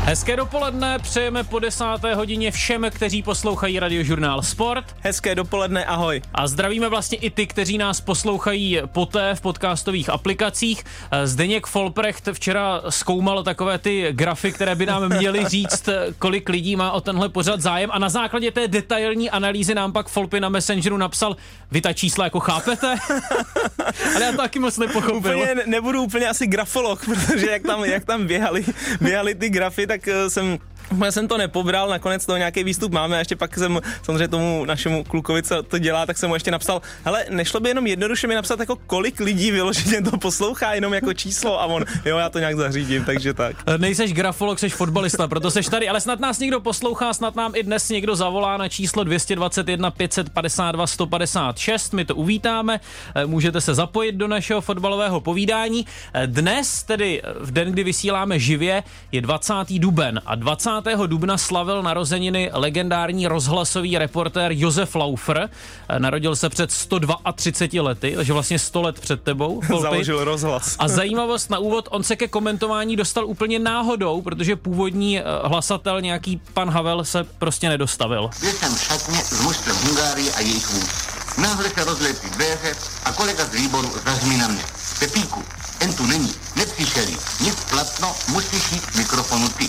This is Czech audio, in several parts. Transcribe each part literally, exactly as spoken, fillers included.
Hezké dopoledne, přejeme po desáté hodině všem, kteří poslouchají Radiožurnál Sport. Hezké dopoledne, ahoj. A zdravíme vlastně i ty, kteří nás poslouchají poté v podcastových aplikacích. Zdeněk Folprecht včera zkoumal takové ty grafy, které by nám měly říct, kolik lidí má o tenhle pořad zájem, a na základě té detailní analýzy nám pak Folpy na Messengeru napsal: vy ta čísla jako chápete? Ale já to taky moc nepochopil. Úplně nebudu úplně asi grafolog, protože jak tam, jak tam běhali, běhali ty grafy, tak jsem... Já jsem to nepobral, nakonec toho nějaký výstup máme a ještě pak jsem samozřejmě tomu našemu klukovi, co to dělá, tak jsem mu ještě napsal: hele, nešlo by jenom jednoduše mi napsat, jako kolik lidí vyloženě to poslouchá, jenom jako číslo, a on, jo, já to nějak zařídím, takže tak. Nejseš grafolog, seš fotbalista, proto seš tady, ale snad nás někdo poslouchá, snad nám i dnes někdo zavolá na číslo dvě stě dvacet jedna pět set padesát dva sto padesát šest, my to uvítáme, můžete se zapojit do našeho fotbalového povídání. Dnes, tedy v den, kdy vysíláme živě, je dvacátý duben a dvacátého dubna slavil narozeniny legendární rozhlasový reportér Josef Laufer. Narodil se před sto třiceti dvěma lety, takže vlastně sto let před tebou. Folpy. Založil rozhlas. A zajímavost na úvod, on se ke komentování dostal úplně náhodou, protože původní hlasatel, nějaký pan Havel, se prostě nedostavil. Byl jsem v šatně s mužstvem Hungárie a jejich vůz. Náhle se rozlepí dveře a kolega z výboru zařmí na mě: Pepíku, ten tu není, nepřišeli, nic platno, musíš jít k mikrofonu ty.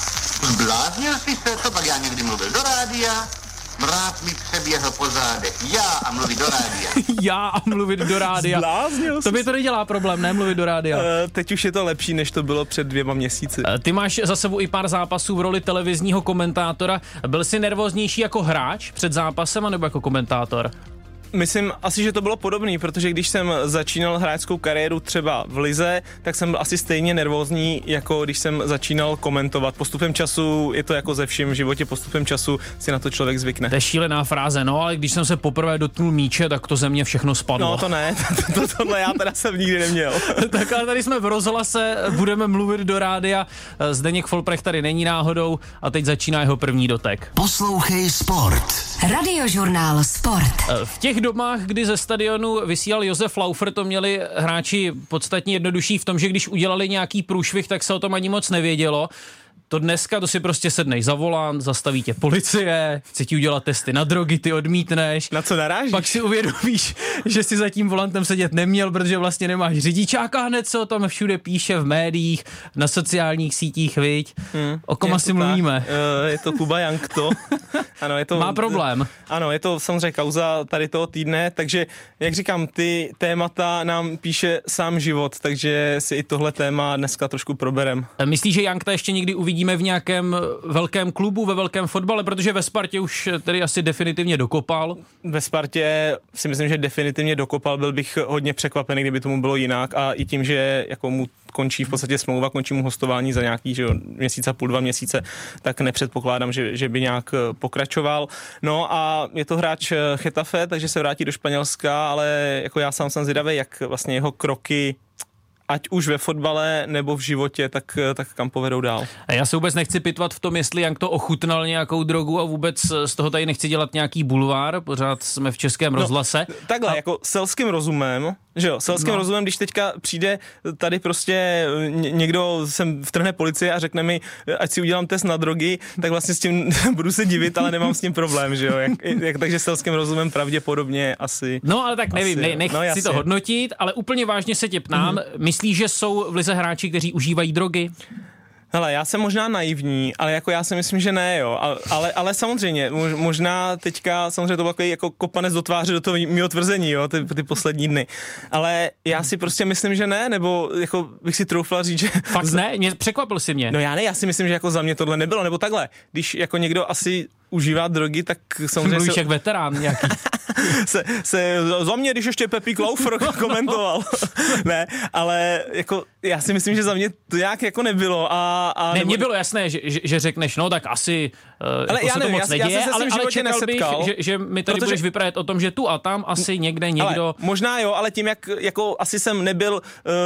Zbláznil jsi se, to pak já někdy mluvil do rádia, mráz mi přeběhl po zádech, já a mluvit do rádia. Já a mluvit do rádia. Zbláznil to by to nedělá problém, ne, mluvit do rádia. Uh, teď už je to lepší, než to bylo před dvěma měsíci. Uh, ty máš za sebou i pár zápasů v roli televizního komentátora. Byl jsi nervóznější jako hráč před zápasem, anebo jako komentátor? Myslím asi, že to bylo podobný, protože když jsem začínal hráčskou kariéru třeba v lize, tak jsem byl asi stejně nervózní, jako když jsem začínal komentovat. Postupem času je to jako ze vším v životě, postupem času si na to člověk zvykne. To je šílená fráze, no, ale když jsem se poprvé dotknul míče, tak to ze mě všechno spadlo. No to ne, to, to, tohle já teda jsem nikdy neměl. Tak ale tady jsme v rozhlase, budeme mluvit do rádia. Zdeněk Folprecht tady není náhodou a teď začíná jeho první dotek. Poslouchej Sport. Radiožurnál Sport. V těch dobách, kdy ze stadionu vysílal Josef Laufer, to měli hráči podstatně jednodušší v tom, že když udělali nějaký průšvih, tak se o tom ani moc nevědělo. To dneska, to si prostě sedneš za volant, zastaví tě policie, chce ti udělat testy na drogy, ty odmítneš. Na co narážíš? Pak si uvědomíš, že si za tím volantem sedět neměl, protože vlastně nemáš řidičáka, hned se o tom všude píše v médiích, na sociálních sítích, viď? Hmm, o kom asi mluvíme? Uh, je to Kuba Jank, to. Ano, je to, má problém. Ano, je to samozřejmě kauza tady toho týdne, takže, jak říkám, ty témata nám píše sám život, takže si i tohle téma dneska trošku proberem. Myslíš, že Jankta ještě někdy uvidíme v nějakém velkém klubu, ve velkém fotbale, protože ve Spartě už tedy asi definitivně dokopal? Ve Spartě si myslím, že definitivně dokopal, byl bych hodně překvapený, kdyby tomu bylo jinak, a i tím, že jako mu končí v podstatě smlouva, končí mu hostování za nějaký že, měsíc a půl, dva měsíce, tak nepředpokládám, že, že by nějak pokračoval. No a je to hráč Getafe, takže se vrátí do Španělska, ale jako já sám jsem zvědavý, jak vlastně jeho kroky, ať už ve fotbale nebo v životě, tak, tak kam povedou dál. A já se vůbec nechci pitvat v tom, jestli Jank to ochutnal nějakou drogu, a vůbec z toho tady nechci dělat nějaký bulvár, pořád jsme v Českém rozhlase. No, takhle, a... jako selským rozumem, že jo, selským no. rozumem, když teďka přijde tady prostě někdo, sem vtrhne policie a řekne mi, ať si udělám test na drogy, tak vlastně s tím budu se divit, ale nemám s tím problém, že jo, jak, jak, takže selským rozumem pravděpodobně asi. No ale tak nevím, asi, ne, nechci no, to hodnotit, ale úplně vážně se tě ptám, mm-hmm. myslíš, že jsou v lize hráči, kteří užívají drogy? Hele, já jsem možná naivní, ale jako já si myslím, že ne, jo, ale, ale, ale samozřejmě, možná teďka, samozřejmě to byl takový jako kopanec do tváře do toho mýho tvrzení, jo, ty, ty poslední dny, ale já si prostě myslím, že ne, nebo jako bych si troufla říct, že... Fakt ne? Mě, překvapil si mě. No já ne, já si myslím, že jako za mě tohle nebylo, nebo takhle, když jako někdo asi užívá drogy, tak samozřejmě... Mluvíš se... jak veterán nějaký. se, se za mě, když ještě Pepík Laufer komentoval. Ne, ale jako já si myslím, že za mě to nějak jako nebylo. A, a ne, nebo... mně bylo jasné, že, že, že řekneš, no tak asi uh, ale jako já se nevím, to moc já, neděje, já se ale, ale čekal nesetkal, bych, že, že mi tady protože... budeš vyprávět o tom, že tu a tam asi někde někdo... Ale, možná jo, ale tím, jak jako asi jsem nebyl uh,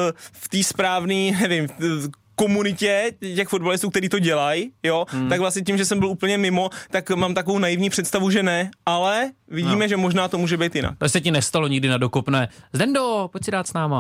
v té správný, nevím, komunitě těch fotbalistů, kteří to dělají, jo, hmm. tak vlastně tím, že jsem byl úplně mimo, tak mám takovou naivní představu, že ne, ale vidíme, no. že možná to může být jinak. To se ti nestalo nikdy na dokopné. Zdendo, pojď si dát s náma.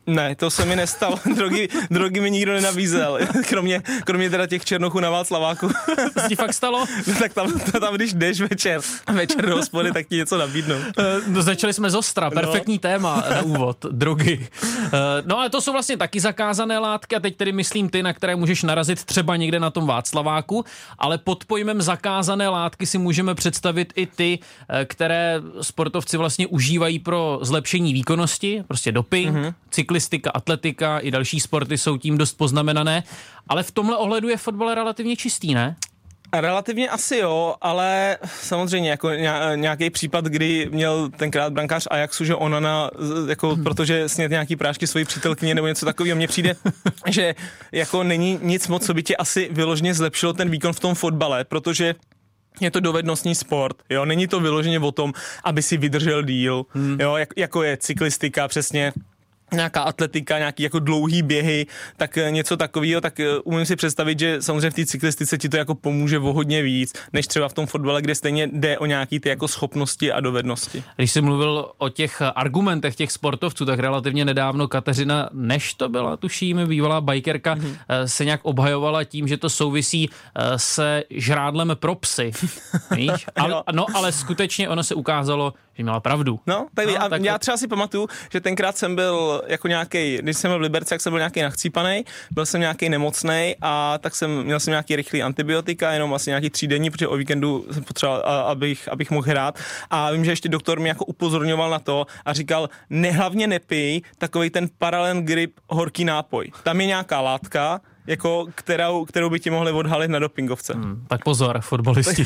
Ne, to se mi nestalo. Drogy, drogy mi nikdo nenabízel. Kromě, kromě teda těch černochů na Václaváku. To se ti fakt stalo? No, tak tam, tam, když jdeš večer, večer do hospody, tak ti něco nabídnou. No, začali jsme z ostra, perfektní no. téma na úvod, drogy. No ale to jsou vlastně taky zakázané látky a teď tedy myslím ty, na které můžeš narazit třeba někde na tom Václaváku, ale pod pojmem zakázané látky si můžeme představit i ty, které sportovci vlastně užívají pro zlepšení výkonnosti, prostě doping, mm-hmm. cyklistika, atletika i další sporty jsou tím dost poznamenané, ale v tomhle ohledu je fotbal relativně čistý, ne? Relativně asi jo, ale samozřejmě jako nějaký případ, kdy měl tenkrát brankář Ajaxu, že Onana, jako, hmm. protože snět nějaký prášky svojí přítelkyně nebo něco takového, mně přijde, že jako není nic moc, co by tě asi vyloženě zlepšilo ten výkon v tom fotbale, protože je to dovednostní sport, jo, není to vyloženě o tom, aby si vydržel díl, hmm. jo, jak, jako je cyklistika, přesně, nějaká atletika, nějaký jako dlouhý běhy, tak něco takového, tak umím si představit, že samozřejmě v té cyklistice ti to jako pomůže o hodně víc, než třeba v tom fotbale, kde stejně jde o nějaký ty jako schopnosti a dovednosti. Když jsi mluvil o těch argumentech těch sportovců, tak relativně nedávno Kateřina, než to byla, tuším, bývalá bajkerka, mm-hmm. se nějak obhajovala tím, že to souvisí se žrádlem pro psy. Víš? Ale, no, ale skutečně ono se ukázalo, že měla pravdu. No, tak, no, a tak já třeba si pamatuju, že tenkrát jsem byl jako nějaký, když jsem byl v Liberci, tak jsem byl nějaký nachcípanej, byl jsem nějaký nemocnej a tak jsem měl jsem nějaký rychlý antibiotika, jenom asi nějaký tři denní, protože o víkendu jsem potřeboval, abych, abych mohl hrát. A vím, že ještě doktor mě jako upozorňoval na to a říkal, nehlavně nepij takovej ten Paralen Grip horký nápoj. Tam je nějaká látka, jako kterou, kterou by ti mohli odhalit na dopingovce. Hmm, tak pozor, fotbalisti.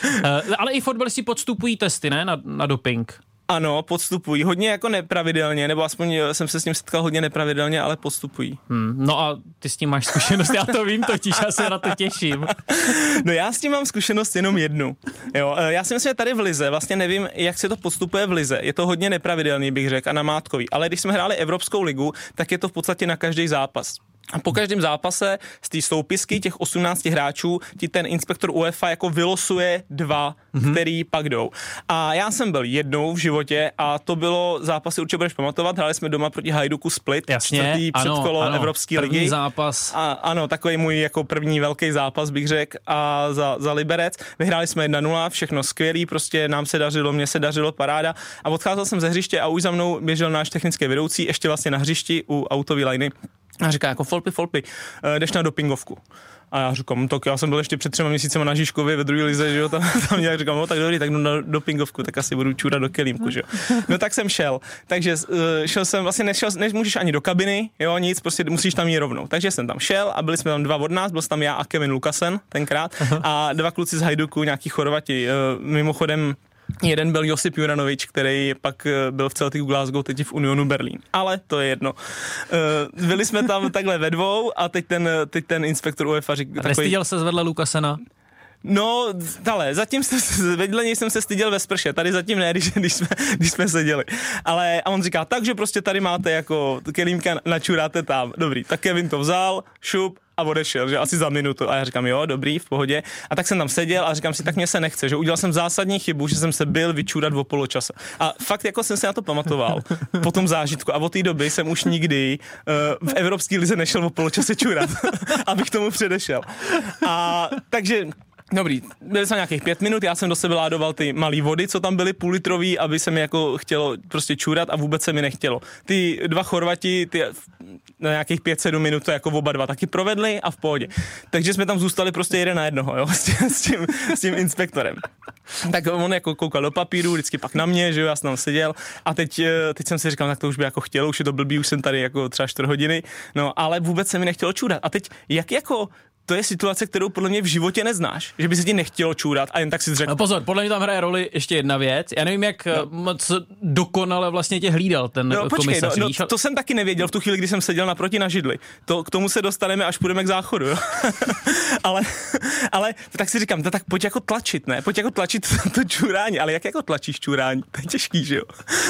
Ale i fotbalisti podstupují testy, ne, na, na doping. Ano, podstupují. Hodně jako nepravidelně, nebo aspoň jsem se s ním setkal hodně nepravidelně, ale podstupují. Hmm, no a ty s tím máš zkušenost, já to vím totiž, já se na to těším. No já s tím mám zkušenost jenom jednu. Jo, já si myslím, že tady v lize, vlastně nevím, jak se to postupuje v lize. Je to hodně nepravidelný, bych řekl, a namátkový. Ale když jsme hráli Evropskou ligu, tak je to v podstatě na každý zápas. A po každém zápase z té soupisky těch osmnácti hráčů ti ten inspektor UEFA jako vylosuje dva, mm-hmm. který pak jdou. A já jsem byl jednou v životě a to bylo zápasy, určitě budeš pamatovat, hráli jsme doma proti Hajduku Split, jasně, čtvrtý ano, předkolo ano, Evropské ligy. První zápas. A, ano, takový můj jako první velký zápas, bych řekl, a za, za Liberec. Vyhráli jsme jedna nula, všechno skvělý, prostě nám se dařilo, mně se dařilo, paráda. A odcházel jsem ze hřiště a už za mnou běžel náš technický vedoucí, ještě vlastně na hřišti u autové liny. A říká jako Folpy, Folpy, jdeš na dopingovku. A já říkám, tak já jsem byl ještě před třema měsícema na Žižkově ve druhé lize, že jo, tam, tam nějak říkám, no tak dobrý, tak jdu na dopingovku, tak asi budu čůrat do kelímku, že jo. No tak jsem šel, takže uh, šel jsem, vlastně nešel, nemůžeš ani do kabiny, jo, nic, prostě musíš tam jít rovnou. Takže jsem tam šel a byli jsme tam dva od nás, byl tam já a Kevin Lukasen tenkrát a dva kluci z Hajduku, nějaký Chorvati, uh, mimochodem. Jeden byl Josip Juranovič, který pak byl v Celticu Glasgow, teď v Unionu Berlín. Ale to je jedno. Byli jsme tam takhle ve dvou a teď ten, teď ten inspektor UEFA říká... Takový... Nestyděl se zvedle Lukasena? No, ale zatím jsem, vedle něj jsem se styděl ve sprše, tady zatím ne, když, když, jsme, když jsme seděli. Ale a on říká, takže prostě tady máte jako kelímka, načuráte tam. Dobrý, tak Kevin to vzal, šup, a odešel, že asi za minutu. A já říkám, jo, dobrý, v pohodě. A tak jsem tam seděl a říkám si, tak mě se nechce, že udělal jsem zásadní chybu, že jsem se byl vyčůrat o poločase. A fakt jako jsem se na to pamatoval po tom zážitku a od té doby jsem už nikdy uh, v Evropské lize nešel o poločase čůrat, abych tomu předešel. A takže dobrý, byli jsme nějakých pět minut, já jsem do sebe ládoval ty malý vody, co tam byly půl litrový, aby se mi jako chtělo prostě čůrat a vůbec se mi nechtělo. Ty dva Chorvati, ty na nějakých pět sedm minut to jako oba dva taky provedli a v pohodě. Takže jsme tam zůstali prostě jeden na jednoho, jo, s tím, s tím, s tím inspektorem. Tak on jako koukal do papíru, vždycky pak na mě, že jo, já jsem tam seděl a teď, teď jsem si říkal, tak to už by jako chtěl, už je to blbý, už jsem tady jako třeba čtyři hodiny, no ale vůbec se mi nechtělo čůrat. A teď jak jako to je situace, kterou podle mě v životě neznáš, že by se ti nechtělo čůrat a jen tak si řekl. No pozor, podle mě tam hraje roli ještě jedna věc. Já nevím, jak no. moc dokonale vlastně tě hlídal ten no, komisař. Počkej, no, no, to jsem taky nevěděl v tu chvíli, kdy jsem seděl naproti na židli. To, k tomu se dostaneme, až půjdeme k záchodu. Jo? ale, ale tak si říkám, tak pojď jako tlačit, ne? Pojď jako tlačit to čůrání, ale jak jako tlačíš čůrání? To je těžký, že jo?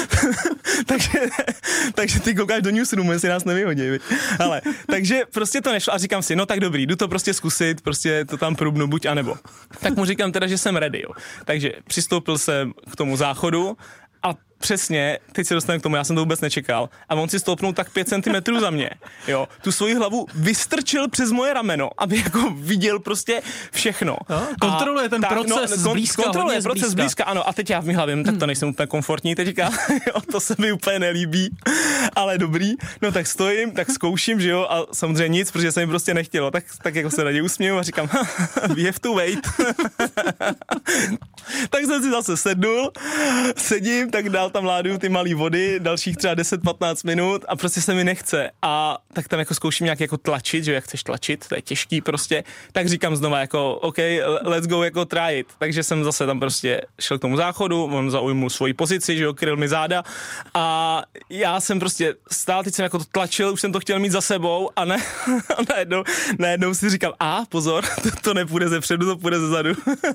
takže, takže ty koukáš do newsroomu, jestli nás nevyhodí. Ale, takže prostě to nešlo a říkám si, no tak dobrý, jdu to prostě zkusit, prostě to tam průbnu, buď a nebo. Tak mu říkám teda, že jsem ready, jo. Takže přistoupil jsem k tomu záchodu a přesně, teď se dostaneme k tomu, já jsem to vůbec nečekal, a on si stoupnul tak pět centimetrů za mě, jo, tu svoji hlavu vystrčil přes moje rameno, aby jako viděl prostě všechno. No, kontroluje a ten tak, proces no, zblízka, kontroluje proces zblízka. zblízka, ano, a teď já v mých hlavě, tak to nejsem úplně komfortní teďka, jo, to se mi úplně nelíbí, ale dobrý, no tak stojím, tak zkouším, že jo, a samozřejmě nic, protože se mi prostě nechtělo, tak, tak jako se raději usměju a říkám, we have to wait. Tak jsem si zase sednul, sedím, tak dál tam láduju ty malý vody, dalších třeba deset patnáct minut a prostě se mi nechce. A tak tam jako zkouším nějak jako tlačit, že jak chceš tlačit, to je těžký prostě, tak říkám znova jako OK, let's go, jako try it. Takže jsem zase tam prostě šel k tomu záchodu, on zaujmul svoji pozici, že jo, kryl mi záda a já jsem prostě stál, teď jsem jako to tlačil, už jsem to chtěl mít za sebou a ne, a najednou, najednou si říkám, a pozor, to, to nepůjde ze předu, to půjde ze zadu.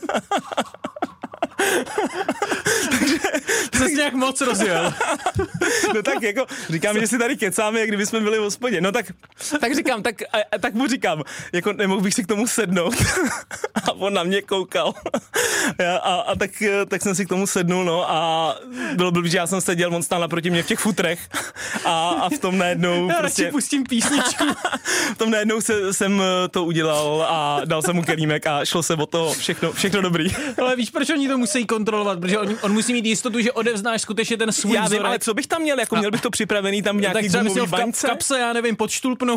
Takže jsi nějak moc rozjel. No tak jako, říkám, že si tady kecáme, jak kdyby jsme byli v hospodě. No tak, tak říkám, tak, a, tak mu říkám, jako nemohl bych si k tomu sednout. A on na mě koukal. A, a, a tak, tak jsem si k tomu sednul, no a bylo blbý, že já jsem seděl, on stál naproti mě v těch futrech a, a v tom najednou já prostě... radši pustím písničku. V tom najednou se, jsem to udělal a dal jsem mu kelímek a šlo se o to všechno, všechno dobrý. Ale víš, proč oni to musí kontrolovat? Protože on, on musí mít jistotu, že odevznáš skutečně ten svůj já vím, vzorek. Ale co bych tam měl? Jako měl bych to připravený tam v nějaký gumový baňce? V kapse, já nevím, pod štulpnou.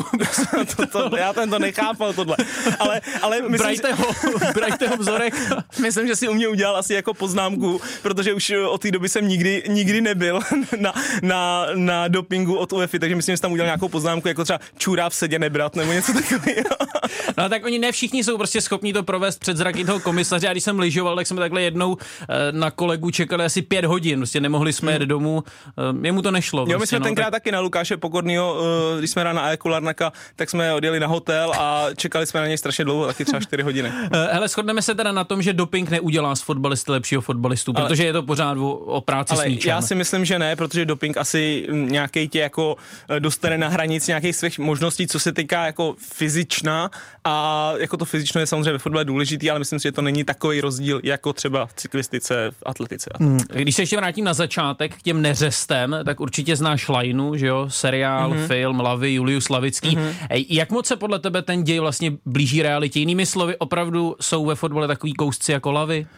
to, to, já ten to nechápal tohle. Ale, ale myslím, Brajte ho, brajte ho vzorek. Myslím, že si u mě udělal asi jako poznámku, protože už od té doby jsem nikdy, nikdy nebyl na, na, na dopingu od U E F I, takže myslím, že jsem tam udělal nějakou poznámku, jako třeba čůra v sedě nebrat, nebo něco takového. No tak oni ne všichni jsou prostě schopní to provést před zraky toho komisaře. A když jsem lyžoval, tak jsme takhle jednou na kolegu čekali asi pět hodin, prostě nemohli jsme jet domů, jemu to nešlo. Jo, prostě, my jsme no, tenkrát tak... taky na Lukáše Pokornýho, když jsme hráli na Eku Larnaka, tak jsme odjeli na hotel a čekali jsme na něj strašně dlouho, taky třeba čtyři hodiny. Hele, shodneme se teda na tom, že doping neudělá z fotbalisty lepšího fotbalistu, ale, protože je to pořád o, o práci ale s míčem. Já si myslím, že ne, protože doping asi nějaký tě jako dostane na hranici nějakých svých možností, co se týká jako fyzičná, a jako to fyzično je samozřejmě ve fotbale důležitý, ale myslím si, že to není takový rozdíl jako třeba v cyklistice, v atletice. Hmm. Když se ještě vrátím na začátek k těm neřestem, tak určitě znáš Lajnu, že jo, seriál, mm-hmm. film, Lavy, Julius Lavický. Mm-hmm. Jak moc se podle tebe ten děj vlastně blíží realitě? Jinými slovy, opravdu jsou ve fotbale takový kousci jako Lavy?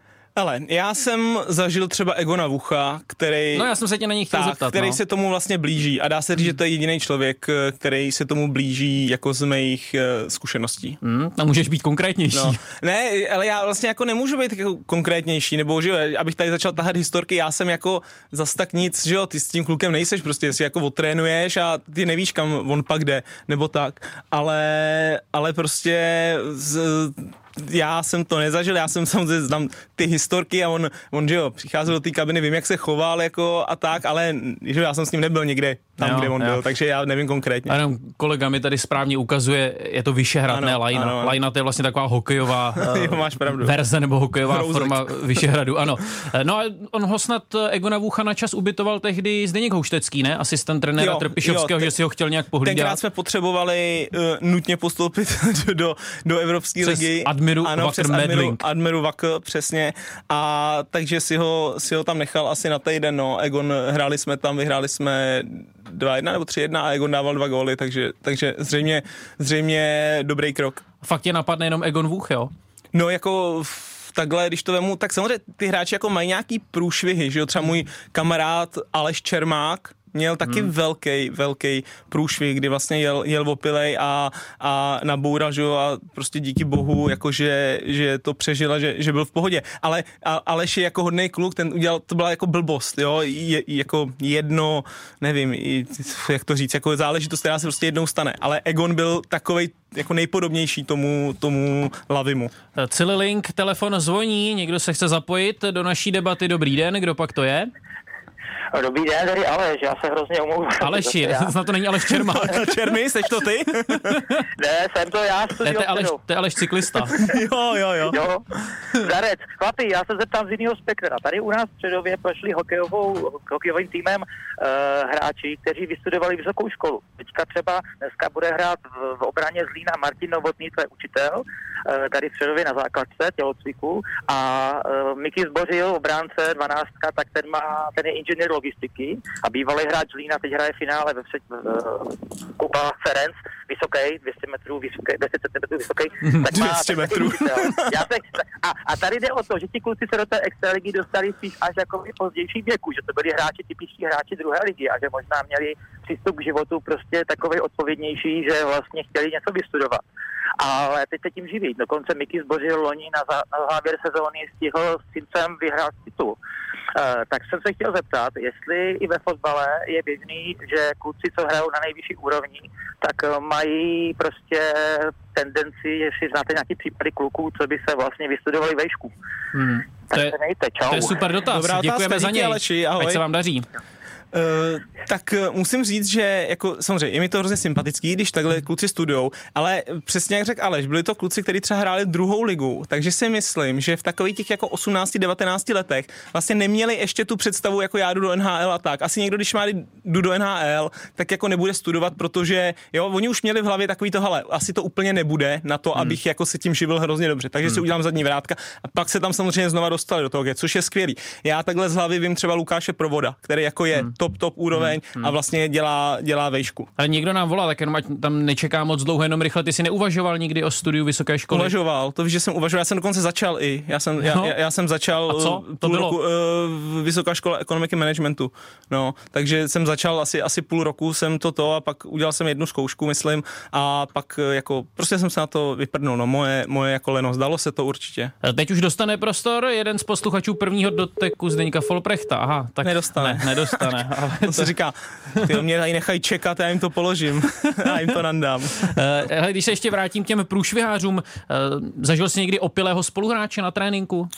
Ale já jsem zažil třeba Egona Vucha, který... No já jsem se tě na něj chtěl tak, zeptat. který no. se tomu vlastně blíží a dá se říct, že to je jediný člověk, který se tomu blíží jako z mých uh, zkušeností. Hmm, a můžeš být konkrétnější. No. Ne, ale já vlastně jako nemůžu být jako konkrétnější, nebo že jo, abych tady začal tahat historky, já jsem jako zas tak nic, že jo, ty s tím klukem nejseš, prostě si jako otrénuješ a ty nevíš, kam on pak jde, nebo tak, ale, ale prostě z, já jsem to nezažil, já jsem samozřejmě znám ty historky a on, on že jo, přicházel do té kabiny, vím, jak se choval jako a tak, ale že jo, já jsem s ním nebyl někde tam, jo, kde on jo. byl, takže já nevím konkrétně. Ano, kolega mi tady správně ukazuje, je to Vyšehrad, ne Lajna. Ano, ano. Lajna to je vlastně taková hokejová jo, máš pravdu. verze nebo hokejová Rouzek. Forma Vyšehradu, ano. No a on ho snad Egona Vucha na čas ubytoval tehdy Zdeněk Houštecký, ne? Asistent trenéra jo, Trpišovského, jo, ten, že si ho chtěl nějak pohlídat. Tenkrát jsme potřebovali uh, nutně postoupit do, do Evropské ligy. Admiru ano, Vakr Medling. Admiru Vakr, přesně. A takže si ho, si ho tam nechal asi na týden, no. Egon, hráli jsme tam, vyhráli jsme dva jedna nebo tři jedna a Egon dával dva góly, takže, takže zřejmě, zřejmě dobrý krok. Fakt tě napadne jenom Egon Vůch, jo? No jako takhle, když to vemu, tak samozřejmě ty hráči jako mají nějaký průšvihy, že jo, třeba můj kamarád Aleš Čermák měl taky hmm. velký, velký průšvih, kdy vlastně jel, jel opilej a, a naboural, že jo, a prostě díky bohu, jakože, že to přežil a že, že byl v pohodě. Ale a, Aleš je jako hodnej kluk, ten udělal, to byla jako blbost, jo, je, jako jedno, nevím, jak to říct, jako záležitost, která se prostě jednou stane. Ale Egon byl takovej jako nejpodobnější tomu, tomu Lavimu. Cililink, telefon zvoní, někdo se chce zapojit do naší debaty. Dobrý den, kdo pak to je? Dobrý den, tady Aleš, já se hrozně omlouvám. Aleši, snad to není Aleš Čermák. Černý, seš to ty? Ne, jsem to já, Ne, to je Aleš, to je Aleš cyklista. jo, jo, jo. Jo, Zarec, chlapi, já se zeptám z jiného spektra. Tady u nás v Středově prošli hokejovou, hokejovým týmem uh, hráči, kteří vystudovali vysokou školu. Teďka třeba dneska bude hrát v, v obraně Zlína Martin Novotný, to je učitel, uh, tady v Středově na základce tělocviku, a uh, Miky Zbořil, obránce dvanáctka, tak ten má, ten je inženýr logistiky a bývalý hráč Zlína, teď hraje finále ve před, uh, Kuba Ferenc, vysoký, dvě stě metrů vysoký, dvě stě metrů vysoký, tak má dvě stě metrů. Já se, a, a tady jde o to, že ti kluci se do té extraligy dostali spíš až jako v pozdějším věku, že to byli hráči, typičtí hráči druhé ligy a že možná měli přístup k životu prostě takový odpovědnější, že vlastně chtěli něco vystudovat. Ale teď se tím živí. Dokonce Miky Zbořil loni na, zá, na závěr sezóny stihl s Syncem vyhrát titul. Uh, tak jsem se chtěl zeptat, jestli i ve fotbale je běžný, že kluci, co hrajou na nejvyšší úrovni, tak uh, mají prostě tendenci, jestli znáte nějaký případy kluků, co by se vlastně vystudovali vejšku. Hmm. Tak to, je, se nejte, čau. To je super dotaz, Dobrá děkujeme otázka, za něj. Aleši, ahoj. Ať se vám daří. Uh, tak uh, musím říct, že jako samozřejmě je mi to hrozně sympatický, když takhle kluci studujou, ale přesně jak řekl Aleš, byli to kluci, kteří třeba hráli druhou ligu, takže si myslím, že v takových těch jako osmnácti devatenácti letech vlastně neměli ještě tu představu, jako já jdu do N H L a tak. Asi někdo, když má jdu do N H L, tak jako nebude studovat, protože jo, oni už měli v hlavě takový to, hele, asi to úplně nebude na to, hmm. abych jako se tím živil hrozně dobře, takže hmm. si udělám zadní vrátka a pak se tam samozřejmě znova dostali do toho, což je skvělý. Já takhle z hlavy vím třeba Lukáše Provoda, který jako je hmm. top, top úroveň hmm. a vlastně dělá, dělá vejšku. Ale někdo nám volá, tak jenom ať tam nečeká moc dlouho, jenom rychle. Ty jsi neuvažoval nikdy o studiu vysoké školy? Uvažoval, to víš, že jsem uvažoval, já jsem dokonce začal i, já jsem, já, já, já jsem začal a co? To půl bylo? roku uh, vysoká škola ekonomiky managementu, no, takže jsem začal asi, asi půl roku jsem toto a pak udělal jsem jednu zkoušku, myslím, a pak jako, prostě jsem se na to vyprdnul, no, moje, moje jako leno, zdalo se to určitě. Teď už dostane prostor jeden z posluchačů prvního doteku Zdeňka Folprechta, aha, tak nedostane. Ne, nedostane. Ale to se říká, ty mě tady nechají čekat, já jim to položím, já jim to nandám. Uh, když se ještě vrátím k těm průšvihářům, uh, zažil jsi někdy opilého spoluhráče na tréninku?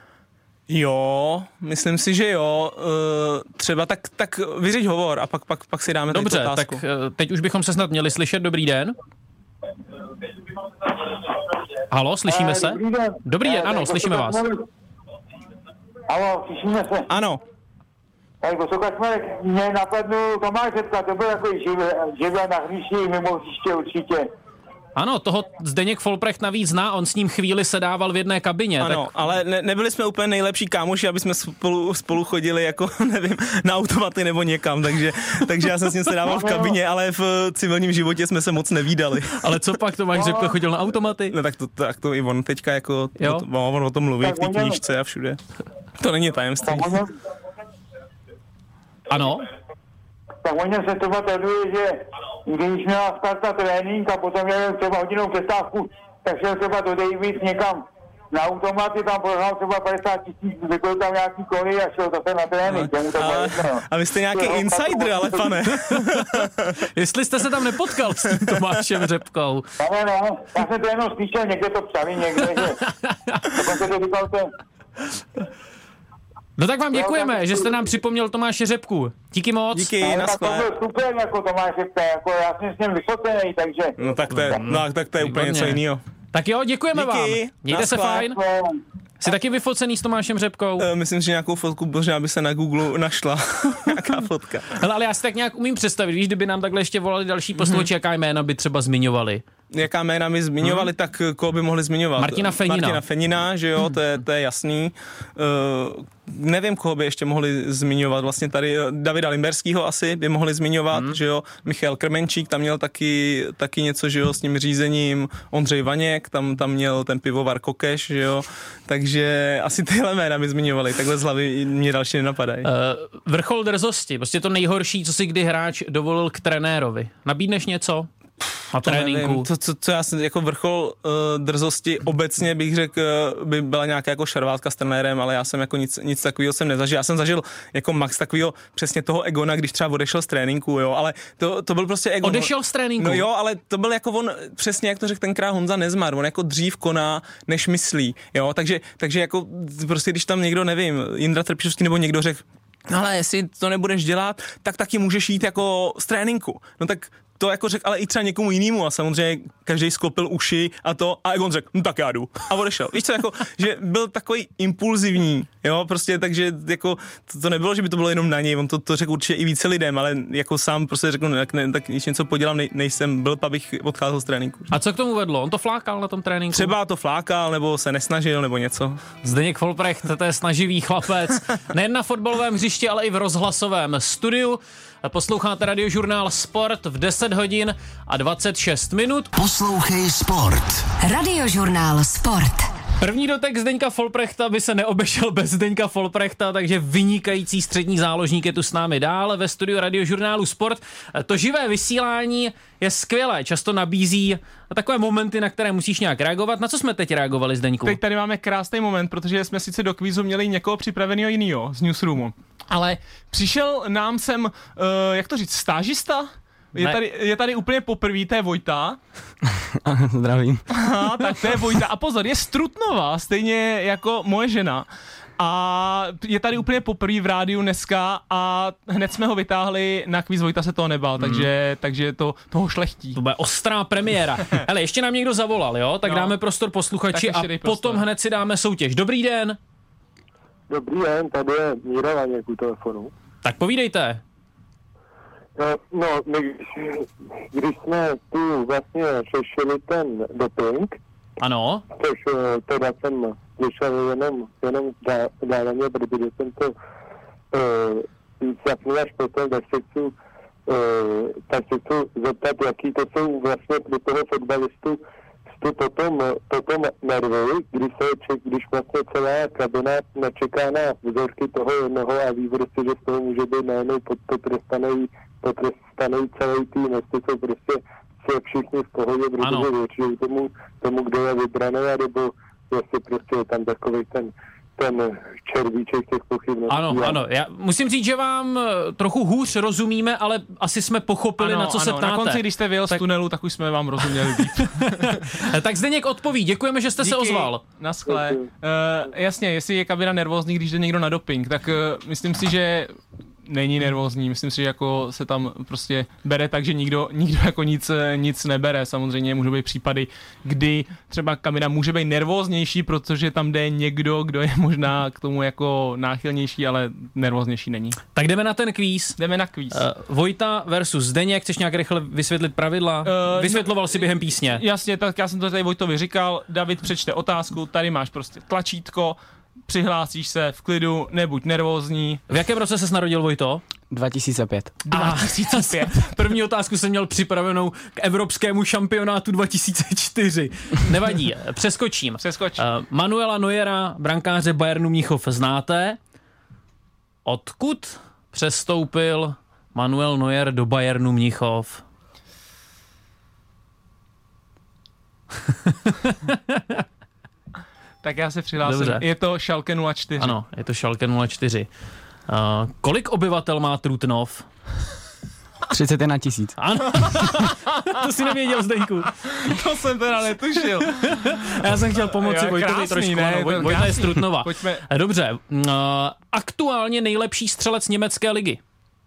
Jo, myslím si, že jo. Uh, třeba tak, tak vyřiď hovor a pak, pak, pak si dáme Dobře, teď otázku. tak uh, teď už bychom se snad měli slyšet. Dobrý den. Halo, slyšíme se? Dobrý den. Dobrý den, ano, slyšíme vás. Halo, slyšíme se? Ano. Tak posluchačme, mě napadl Tomáš Řepka, to byl jako živé na hřišti, mimo hřiště určitě. Ano, toho Zdeněk Folprecht navíc zná, on s ním chvíli sedával v jedné kabině. Ano, tak... ale ne, nebyli jsme úplně nejlepší kámoši, aby jsme spolu, spolu chodili jako, nevím, na automaty nebo někam, takže, takže já jsem s ním sedával v kabině, ale v civilním životě jsme se moc nevídali. Ale co pak Tomáš Řepka chodil na automaty? No tak to, tak to i on teďka jako, jo? to, on o tom mluví v té knížce a všude. To není tajemství. Ano? Tak o něm se třeba traduje, že když měla Sparta trénink a potom měl třeba hodinou přestávku, tak šel třeba do Davis někam na automaty, tam prohrál třeba padesát tisíc, vykoupil tam nějaký koly a šel zase na trénink. A, a, a vy jste nějaký insider, ale pane. Jestli jste se tam nepotkal s tím Tomášem Řepkou. Ne, ne, já jsem to jenom slyšel, někde to psali, někde, že dokonce to říkal ten. No tak vám děkujeme, že jste nám připomněl Tomáše Řepku. Díky moc. Díky, naschle. To byl super jako Tomáš Řepka, jako já jsem s ním vysocený, takže... No tak to je, no, tak to je úplně něco jiného. Tak jo, děkujeme Díky, vám. Mějte naschle. Se fajn. Jsi taky vyfocený s Tomášem Řepkou? Uh, myslím, že nějakou fotku možná by se na Google našla. Nějaká fotka. Hele, ale já si tak nějak umím představit, víš, kdyby nám takhle ještě volali další posluchači, mm-hmm. jaká jména by třeba zmiňovali. Jaká jména mi zmiňovali, hmm. tak koho by mohli zmiňovat? Martina Fenina. Martina Fenina, že jo, to je, to je jasný. Uh, nevím, koho by ještě mohli zmiňovat. Vlastně tady Davida Limberskýho asi by mohli zmiňovat, hmm. že jo. Michal Krmenčík, tam měl taky, taky něco, že jo, s tím řízením. Ondřej Vaněk, tam, tam měl ten pivovar Kokeš, že jo. Takže asi tyhle jména by zmiňovali. Takhle z hlavy mě další nenapadají. Uh, vrchol drzosti, prostě to nejhorší, co si kdy hráč dovolil k trenérovi. Nabídneš něco? Na tréninku. To, co, co já jsem jako vrchol uh, drzosti obecně bych řekl, uh, by byla nějaká jako šarvátka s trenérem, ale já jsem jako nic, nic takového jsem nezažil. Já jsem zažil jako max takového přesně toho Egona, když třeba odešel z tréninku, jo, ale to, to byl prostě Egon. Odešel z tréninku? No jo, ale to byl jako on, přesně jak to řekl tenkrát Honza Nezmar, on jako dřív koná, než myslí, jo, takže, takže jako prostě když tam někdo, nevím, Jindra Trpišovský nebo někdo řekl, ale jestli to nebudeš dělat, tak taky můžeš jít jako z tréninku. No tak to jako řekl, ale i třeba někomu jinému a samozřejmě každý sklopil uši a to a on řekl, no tak já jdu a odešel. Víš co, jako, že byl takový impulzivní, jo, prostě takže jako to, to nebylo, že by to bylo jenom na něj, on to, to řekl určitě i více lidem, ale jako sám prostě řekl, no, tak, ne, tak když něco podělám, nej, nejsem byl, abych odcházel z tréninku. A co k tomu vedlo? On to flákal na tom tréninku? Třeba to flákal, nebo se nesnažil, nebo něco. Zdeněk Folprecht, to je snaživý chlapec, nejen na fotbalovém hřišti, ale i v rozhlasovém studiu. Posloucháte Radiožurnál Sport v deset hodin a dvacet šest minut. Poslouchej Sport. Radiožurnál Sport. První dotek Zdeňka Folprechta by se neobešel bez Zdeňka Folprechta, takže vynikající střední záložník je tu s námi dál ve studiu Radiožurnálu Sport. To živé vysílání je skvělé, často nabízí takové momenty, na které musíš nějak reagovat. Na co jsme teď reagovali, Zdeňku? Teď tady máme krásný moment, protože jsme sice do kvízu měli někoho připraveného jinýho z newsroomu, ale přišel nám sem, uh, jak to říct, stážista? Je tady, je tady úplně poprvé, to je Vojta. Zdravím. Aha, tak to je Vojta. A pozor, je z Trutnova, stejně jako moje žena. A je tady úplně poprvé v rádiu dneska a hned jsme ho vytáhli na kvíz, Vojta se toho nebál, hmm. takže, takže to toho šlechtí. To bude ostrá premiéra. Hele, ještě nám někdo zavolal, jo? Tak no. dáme prostor posluchači a potom hned si dáme soutěž. Dobrý den. Dobrý den, tady je Míra Vaněk u telefonu. Tak povídejte. No, no my, když, když jsme tu vlastně řešili ten doping, ano, což teda jsem slyšel jenom, jenom dávaně, protože jsem to uh, zapnul až potom, tak se chci, uh, tak se chci zeptat, jaký to jsou vlastně pro toho fotbalistu potom, potom nervy, když, se, když vlastně celá kabina nečeká na vzorky toho jednoho a ví prostě, že z toho může být najednou potrestaný, potrestaný celý tým, jestli jsou prostě se všichni v pohodě, protože věří tomu, tomu, kdo je vybraný, nebo jestli prostě je tam takový ten ten červíček těch pochybností. Ano, ano. Já musím říct, že vám trochu hůř rozumíme, ale asi jsme pochopili, ano, na co ano, se ptáte. Na konci, když jste vyjel tak... z tunelu, tak už jsme vám rozuměli líp. Tak Zdeněk odpoví. Děkujeme, že jste Díky. se ozval. Naschle. Uh, jasně, jestli je kabina nervózní, když jde někdo na doping, tak uh, myslím si, že není nervózní, myslím si, že jako se tam prostě bere tak, že nikdo, nikdo jako nic, nic nebere. Samozřejmě můžou být případy, kdy třeba kabina může být nervóznější, protože tam jde někdo, kdo je možná k tomu jako náchylnější, ale nervóznější není. Tak jdeme na ten kvíz. Jdeme na kvíz. Uh, Vojta versus Zdeněk, chceš nějak rychle vysvětlit pravidla? Uh, Vysvětloval no, si během písně. Jasně, tak já jsem to tady Vojtovi říkal, David přečte otázku, tady máš prostě tlačítko, přihlásíš se v klidu, nebuď nervózní. V jakém roce ses narodil, Vojto? dva tisíce pět. dva tisíce pět. První otázku jsem měl připravenou k evropskému šampionátu dva tisíce čtyři. Nevadí, přeskočím. Přeskočím. Uh, Manuela Neuera, brankáře Bayernu Mnichov, znáte? Odkud přestoupil Manuel Neuer do Bayernu Mnichov? Tak já se přihlásím. Dobře. Je to Schalke nula čtyři. Ano, je to Schalke nula čtyři. Uh, kolik obyvatel má Trutnov? třicet jedna tisíc. Ano, to si nevěděl, Zdeňku. To jsem teda netušil. Já jsem chtěl pomoci Vojtovi trošku. Ne, ano, Vojta je z Trutnova. Pojďme. Dobře, uh, aktuálně nejlepší střelec německé ligy.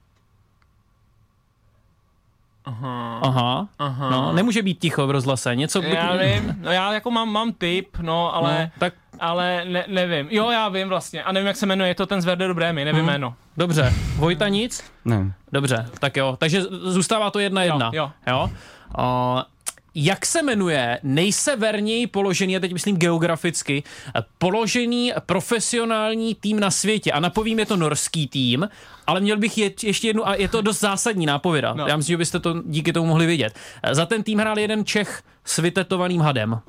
Aha. Aha. Aha. No, nemůže být ticho v rozhlase. Něco. Já vím, no já jako mám, mám tip, no, ale, no, tak... ale ne, nevím. Jo, já vím vlastně. A nevím, jak se jmenuje, je to ten z Werder Brémy, nevím hmm. jméno. Dobře, Vojta nic? Ne. Dobře, tak jo. Takže zůstává to jedna jedna. Jo, jo. jo? Uh, jak se jmenuje nejseverněji položený, a teď myslím geograficky, položený profesionální tým na světě? A napovím, je to norský tým, ale měl bych je, ještě jednu, a je to dost zásadní nápověda. No. Já myslím, že byste to díky tomu mohli vidět. Za ten tým hrál jeden Čech s vytetovaným hadem.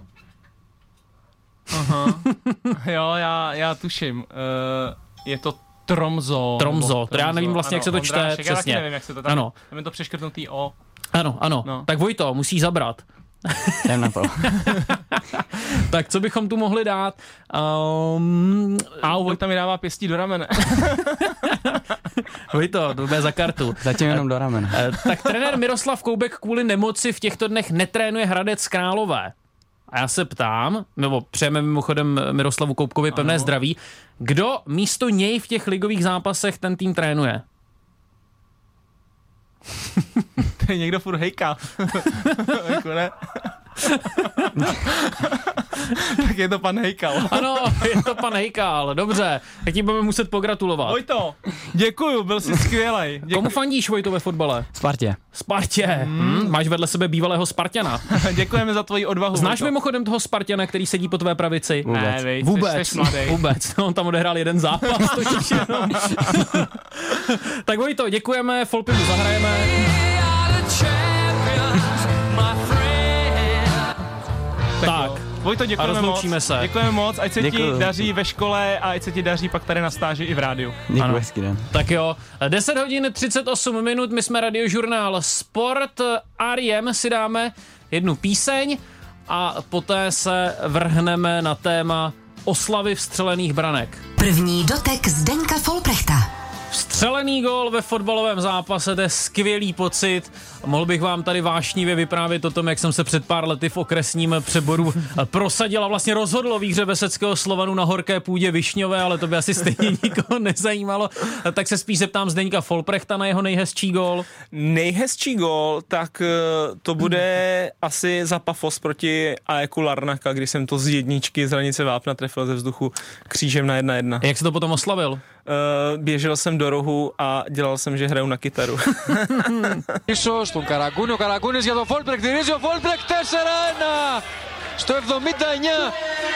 Aha. Jo, já, já tuším. Uh, je to Tromso. Tromso, to já nevím vlastně, ano, jak se to čte. Ondrášek, přesně. Já taky nevím, jak se to tam, ano. Tam je to přeškrtnutý O. Ano, ano. No. Tak Vojto, musí zabrat. Jdem na to. Tak co bychom tu mohli dát? Um, A Vojta mi dává pěstí do ramene. Vojto, to bude za kartu. Zatím jenom do ramene. Tak trenér Miroslav Koubek kvůli nemoci v těchto dnech netrénuje Hradec Králové. A já se ptám, nebo přejeme mimochodem Miroslavu Koupkovi pevné ano. zdraví, kdo místo něj v těch ligových zápasech ten tým trénuje? To je někdo furt hejká. Jako ne? Tak je to pan Hejkal. Ano, je to pan Hejkal, dobře. Tak ti budeme muset pogratulovat. Vojto, děkuju, byl jsi skvělej. Děkuju. Komu fandíš, Vojto, ve fotbale? Spartě. Spartě. Hmm. Hmm, máš vedle sebe bývalého Spartana. Děkujeme za tvoji odvahu. Znáš Vojto. mimochodem toho Spartana, který sedí po tvé pravici? Vůbec. Ne, vej, Vůbec. Vůbec. No, on tam odehrál jeden zápas, totiž jenom. Tak Vojto, děkujeme, Folpy mu zahrajeme. Tak. Vojto, děkujeme moc. se. Děkujeme moc, ať se Děkuju. ti daří ve škole a ať se ti daří pak tady na stáži i v rádiu. Děkuji, hezký den. Tak jo, deset hodin třicet osm minut, my jsme Radiožurnál Sport. R E M si dáme jednu píseň a poté se vrhneme na téma oslavy vstřelených branek. První dotek Zdeňka Folprechta. Vstřelený gól ve fotbalovém zápase, to je skvělý pocit. Mohl bych vám tady vášnivě vyprávět o tom, jak jsem se před pár lety v okresním přeboru prosadil a vlastně rozhodl o výhře Veseckého Slovanu na horké půdě Višňové, ale to by asi stejně nikoho nezajímalo. Tak se spíš zeptám Zdeňka Folprechta na jeho nejhezčí gól. Nejhezčí gól, tak to bude asi za Pafos proti Aeku Larnaka, kdy jsem to z jedničky z hranice Vápna trefil ze vzduchu křížem na jedna jedna. Jak se to potom oslavil? Uh, běžel jsem do rohu a dělal jsem, že hraju na kytaru. Στον Καραγκούνη, ο Καραγκούνης για τον Φόλπρεκτ, γυρίζει ο Φόλπρεκτ, τέσσερα ένα στο εβδομήντα εννιά,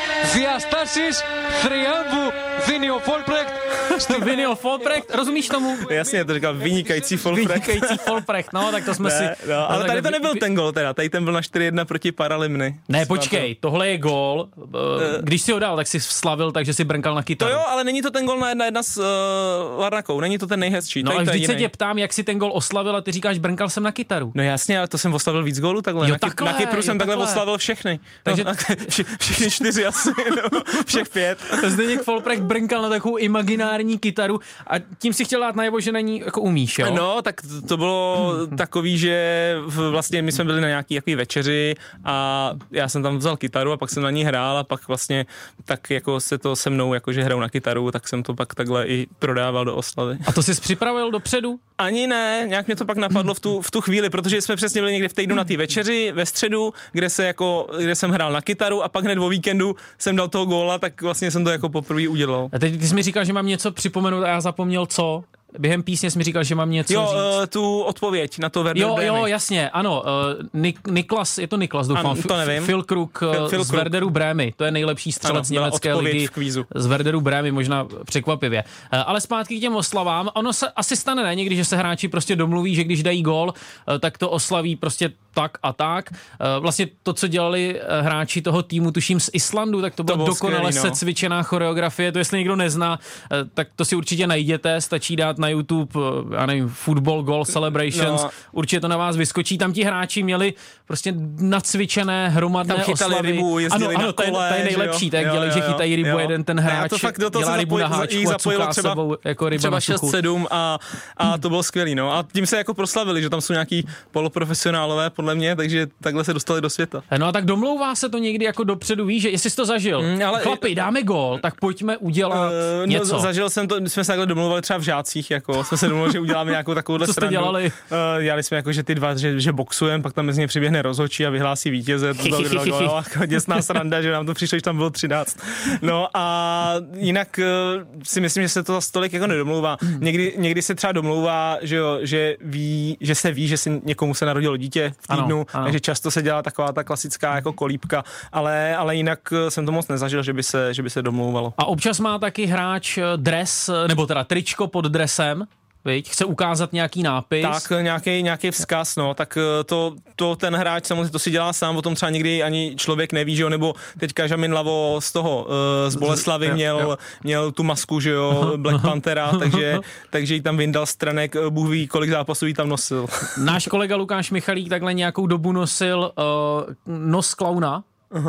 διαστάσεις θριάμβου δίνει ο Φόλπρεκτ. Vinil Folprecht, rozumíš tomu? Jasně, to říkal vynikající Folprecht. Vynikající Folprecht, no, tak to jsme ne, si... No, ale no, tady to vy, nebyl vy, ten gol teda, tady ten byl na čtyři jedna proti Paralimny. Ne, počkej, tohle je gól. Když si ho dal, tak si slavil, takže si brnkal na kytaru. To jo, ale není to ten gol na jedna jedna s uh, Larnakou, není to ten nejhezčí. No ale vždyť se jiný. tě ptám, jak si ten gol oslavil a ty říkáš, brnkal jsem na kytaru. No jasně, ale to jsem oslavil víc gólů takhle. Jo, na, takhle, na Kypru jsem jo, takhle takhle. oslavil všechny. Takže no, vše, všechny čtyři asi, no, všech pět. Zdeněk Folprecht brnkal na takovou imaginární kytaru a tím si chtěl dát najevo, že na ní jako umíš, jo? No, tak to bylo takový, že vlastně my jsme byli na nějaký jaký večeři a já jsem tam vzal kytaru a pak jsem na ní hrál a pak vlastně tak jako se to se mnou, jakože hraju na kytaru, tak jsem to pak takhle i prodával do oslavy. A to jsi připravil dopředu? Ani ne, nějak mě to pak napadlo v tu, v tu chvíli, protože jsme přesně byli někde v týdnu na té večeři ve středu, kde se jako, kde jsem hrál na kytaru a pak hned o víkendu jsem dal toho góla, tak vlastně jsem to jako poprvé udělal. A teď ty jsi mi říkal, že mám něco připomenout a já zapomněl co? Během písně jsi mi říkal, že mám něco jo, říct. Jo, tu odpověď na to Werder Jo, Bremen. jo, jasně, ano. Uh, Nik- Niklas, je to Niklas, doufám. Ano, to nevím. Phil Krug Phil, Phil z Krug. Werderu Brémy. To je nejlepší střelec ano, německé ligy z Werderu Brémy, možná překvapivě. Uh, ale zpátky k těm oslavám. Ono se asi stane ne někdy, že se hráči prostě domluví, že když dají gól, uh, tak to oslaví prostě tak a tak. Uh, vlastně to, co dělali uh, hráči toho týmu, tuším z Islandu, tak to byla to dokonale skvělý, no. secvičená choreografie. To jestli někdo nezná, uh, tak to si určitě najděte. Stačí dát na YouTube, uh, já nevím, Football Goal Celebrations. No. Určitě to na vás vyskočí. Tam ti hráči měli prostě nacvičené hromadné tam chytali oslavy. rybu, jezdili ano, na ano, kole, to je nejlepší, tak dělají, že chytají rybu, jo. jeden ten hráč to fakt do toho dělá rybu na háčku a cuká třeba, sebou jako ryba třeba na šest suchu. sedm a, a to bylo skvělý, no. A tím se jako proslavili, že tam jsou nějaký poloprofesionálové, podle mě, takže takhle se dostali do světa. No a tak domlouvá se to někdy jako dopředu, víš, že jestli jsi to zažil, mm, ale chlapi, dáme gól, tak pojďme udělat uh, něco. No, zažil jsem to, jsme se takhle domluvili třeba v žácích, jako jsme se domluvili, že uděláme nějakou takovouhle Co jste srandu. dělali? Uh, dělali jsme jako, že ty dva, že, že boxujeme, pak tam mezi ně přiběhne rozhodčí a vyhlásí vítěze. To bylo jako děsná sranda, že nám to přišlo, že tam bylo třináct. No a jinak uh, si myslím, že se to zase tolik jako nedomlouvá. Někdy, někdy se třeba domlouvá, že jo, že ví, že se ví, že se někomu se narodilo dítě v týdnu, ano, ano. Takže často se dělá taková ta klasická jako kolíbka, ale, ale jinak jsem to moc nezažil, že by se, že by se domlouvalo. A občas má taky hráč dres, nebo teda tričko pod dresem, viď? Chce ukázat nějaký nápis. Tak, nějaký, nějaký vzkaz, no, tak to, to ten hráč samozřejmě to si dělá sám, o tom třeba nikdy ani člověk neví, že jo, nebo teďka Žamin Lavo z toho, z Boleslavy měl, měl tu masku, že jo, Black Panthera, takže, takže jí tam vyndal stranek, Bůh ví, kolik zápasů jí tam nosil. Náš kolega Lukáš Michalík takhle nějakou dobu nosil uh, nos klauna. Aha.